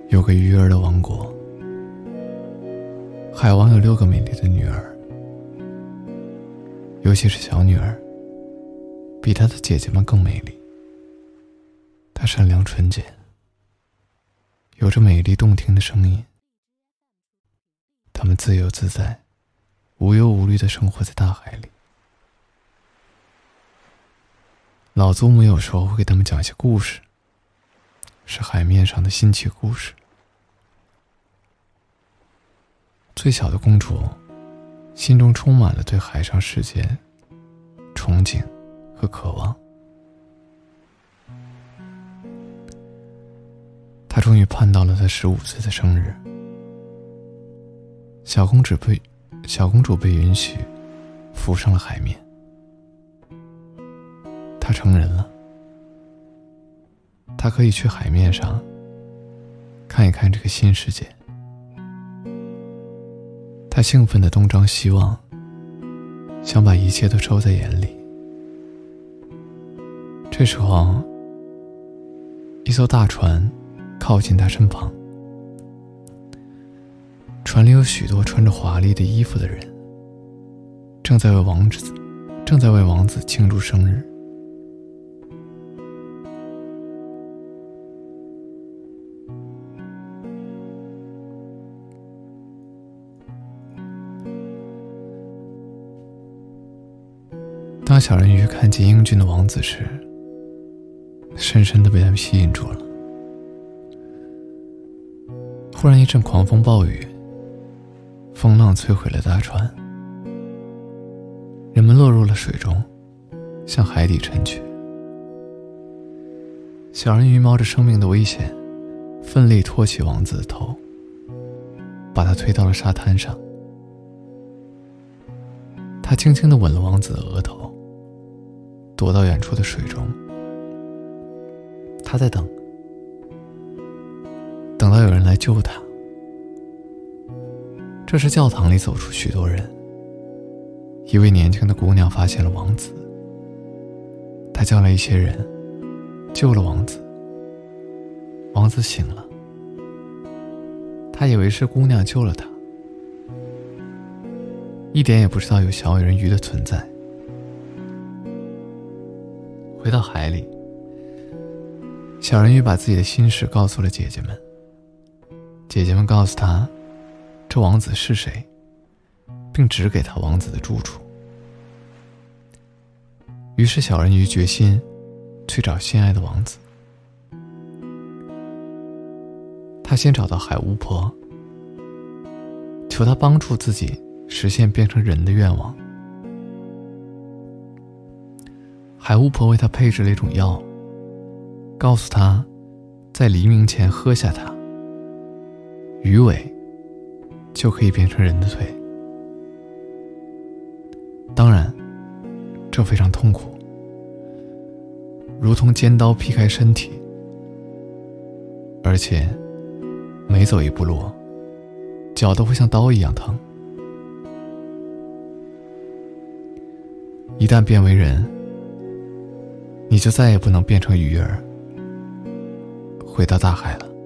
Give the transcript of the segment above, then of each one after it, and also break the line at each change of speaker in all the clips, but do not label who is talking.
有个鱼儿的王国，海王有6个美丽的女儿，尤其是小女儿，比她的姐姐们更美丽。她善良纯洁，有着美丽动听的声音。她们自由自在，无忧无虑地生活在大海里。老祖母有时候会给他们讲一些故事，是海面上的新奇故事。最小的公主心中充满了对海上世界憧憬和渴望。她终于盼到了她15岁的生日，小公主被允许浮上了海面。她成人了，她可以去海面上看一看这个新世界。她兴奋地东张西望，想把一切都收在眼里。这时候，一艘大船靠近她身旁，船里有许多穿着华丽的衣服的人，正在为王子庆祝生日。当小人鱼看见英俊的王子时，深深地被他吸引住了。忽然一阵狂风暴雨，风浪摧毁了大船，人们落入了水中，向海底沉去。小人鱼冒着生命的危险，奋力托起王子的头，把他推到了沙滩上。他轻轻地吻了王子的额头，躲到远处的水中。他在等到有人来救他。这时教堂里走出许多人，一位年轻的姑娘发现了王子，她叫来一些人救了王子。王子醒了，他以为是姑娘救了他，一点也不知道有小人鱼的存在。回到海里，小人鱼把自己的心事告诉了姐姐们。姐姐们告诉他这王子是谁，并指给他王子的住处。于是小人鱼决心去找心爱的王子。他先找到海巫婆，求她帮助自己实现变成人的愿望。海巫婆为他配制了一种药，告诉他在黎明前喝下它，鱼尾就可以变成人的腿。当然这非常痛苦，如同尖刀劈开身体，而且每走一步路，脚都会像刀一样疼。一旦变为人，你就再也不能变成鱼儿，回到大海了。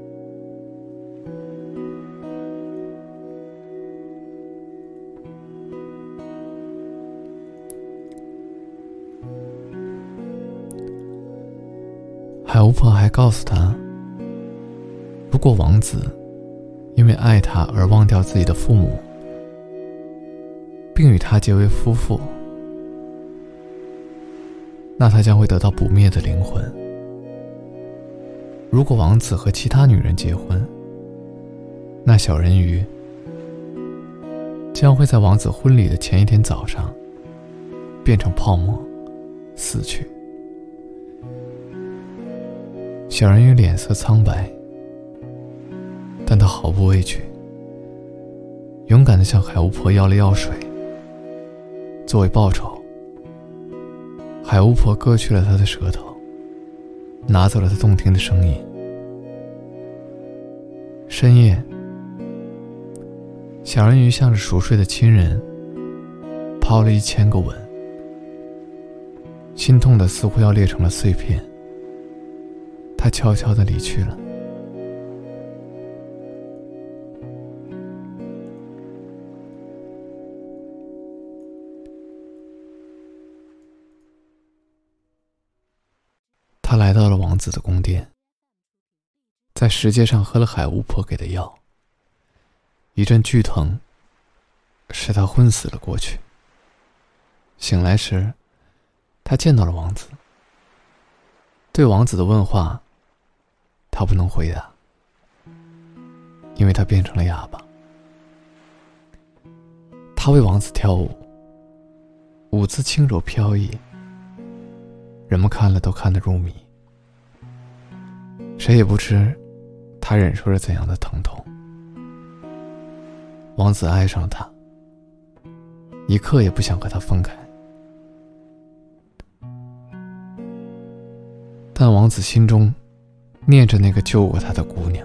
海巫婆还告诉他，如果王子因为爱他而忘掉自己的父母，并与他结为夫妇，那他将会得到不灭的灵魂。如果王子和其他女人结婚，那小人鱼将会在王子婚礼的前一天早上变成泡沫死去。小人鱼脸色苍白，但他毫不畏惧，勇敢地向海巫婆要了药水。作为报酬，海巫婆割去了他的舌头，拿走了他动听的声音。深夜，小人鱼向着熟睡的亲人抛了1000个吻，心痛的似乎要裂成了碎片。他悄悄地离去了。 王子的宫殿，在石阶上喝了海巫婆给的药，一阵剧疼使他昏死了过去。醒来时，他见到了王子，对王子的问话他不能回答，因为他变成了哑巴。他为王子跳舞，舞姿轻柔飘逸，人们看了都看得入迷，谁也不知他忍受着怎样的疼痛。王子爱上了他，一刻也不想和他分开。但王子心中念着那个救过他的姑娘。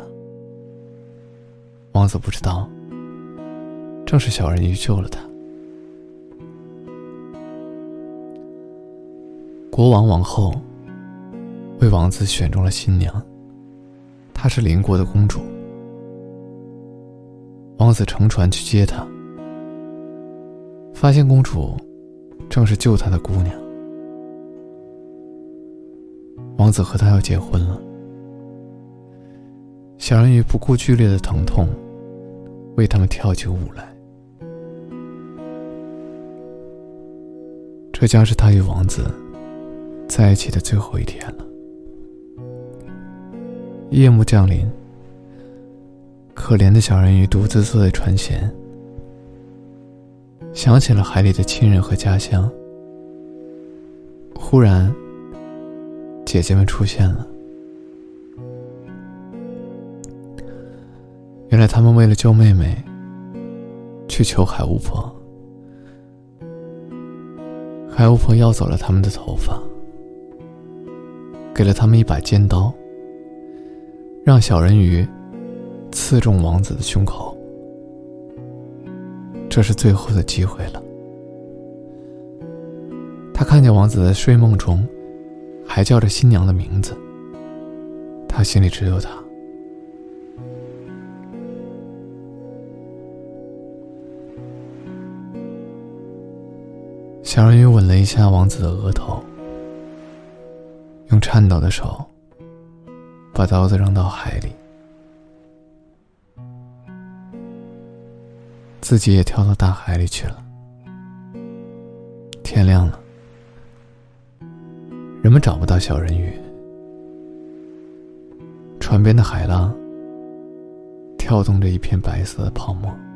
王子不知道，正是小人鱼救了他。国王王后为王子选中了新娘，她是邻国的公主。王子乘船去接她，发现公主正是救他的姑娘。王子和她要结婚了。小人鱼不顾剧烈的疼痛，为他们跳起舞来。这将是他与王子在一起的最后一天了。夜幕降临，可怜的小人鱼独自坐在船舷，想起了海里的亲人和家乡。忽然，姐姐们出现了。原来他们为了救妹妹，去求海巫婆。海巫婆要走了他们的头发，给了他们一把尖刀，让小人鱼刺中王子的胸口。这是最后的机会了。他看见王子在睡梦中还叫着新娘的名字，他心里只有她。小人鱼吻了一下王子的额头，用颤抖的手把刀子扔到海里，自己也跳到大海里去了。天亮了，人们找不到小人鱼，船边的海浪跳动着一片白色的泡沫。